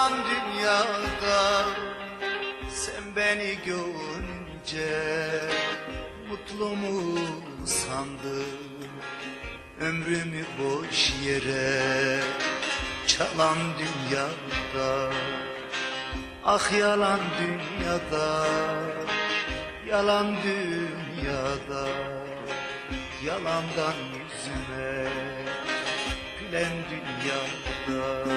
Yalan dünyada sen beni görünce mutlu mu sandın? Ömrümü boş yere çalan dünyada, ah yalan dünyada, yalan dünyada, yalandan yüzüme gülen dünyada.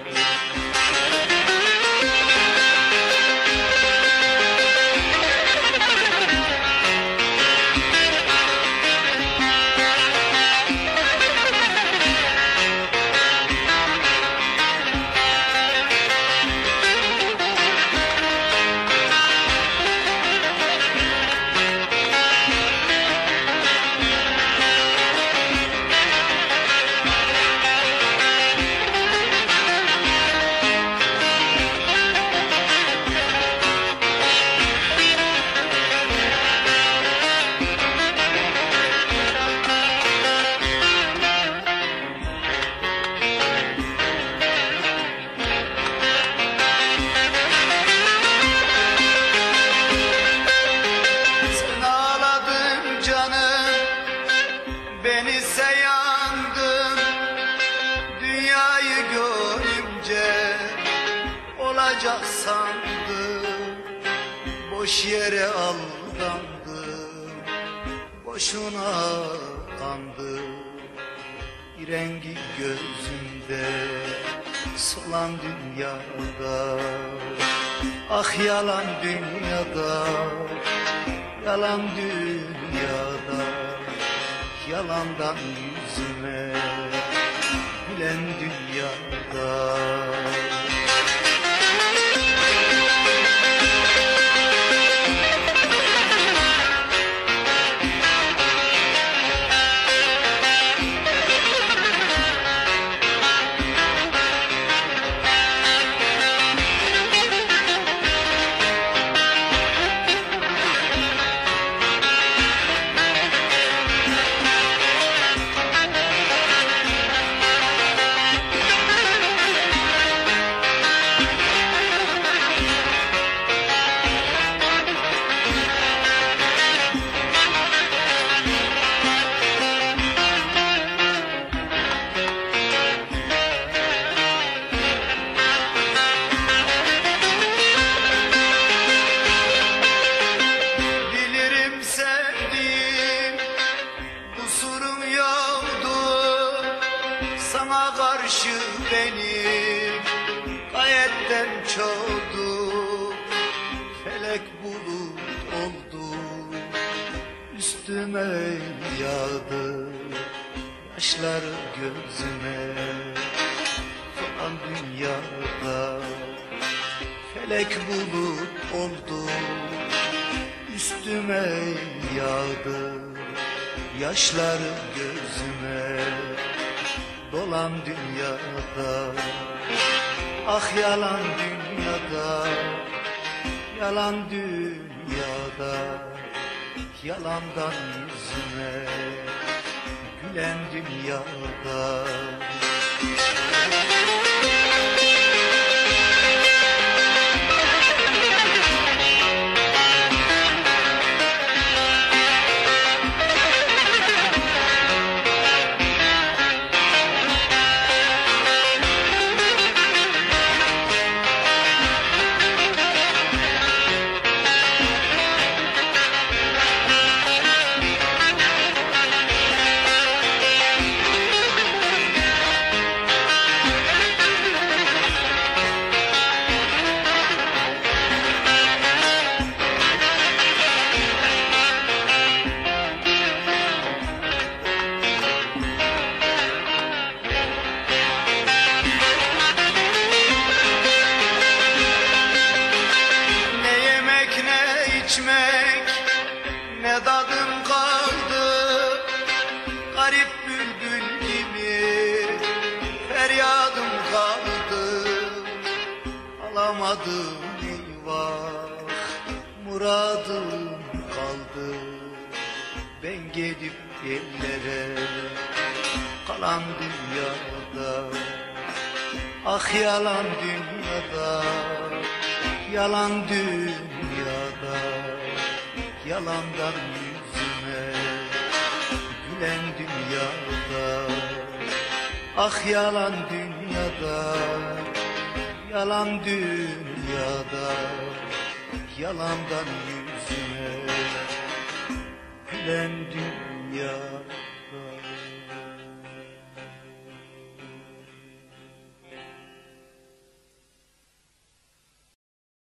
Olacak sandım, boş yere aldandım, boşuna kandım. Bir rengi gözümde solan dünyada, ah yalan dünyada, yalan dünyada, yalandan yüzüme gülen dünyada. Sana karşı benim gayetten çoğdu, felek bulut oldu, üstüme yağdı yaşlar gözüme. Falan dünyada felek bulut oldu, üstüme yağdı yaşlar gözüme. Dolan dünyada, ah yalan dünyada, yalan dünyada, yalandan yüzüme gülen dünyada. Ne tadım kaldı, garip bülbül gibi feryadım kaldı. Alamadım eyvah, muradım kaldı. Ben gidip ellere kalan dünyada, Ah yalan dünyada, yalan dünyada, yalandan yüzüme gülen dünyada. Ah yalan dünyada, yalan dünyada, yalandan yüzüme gülen dünyada.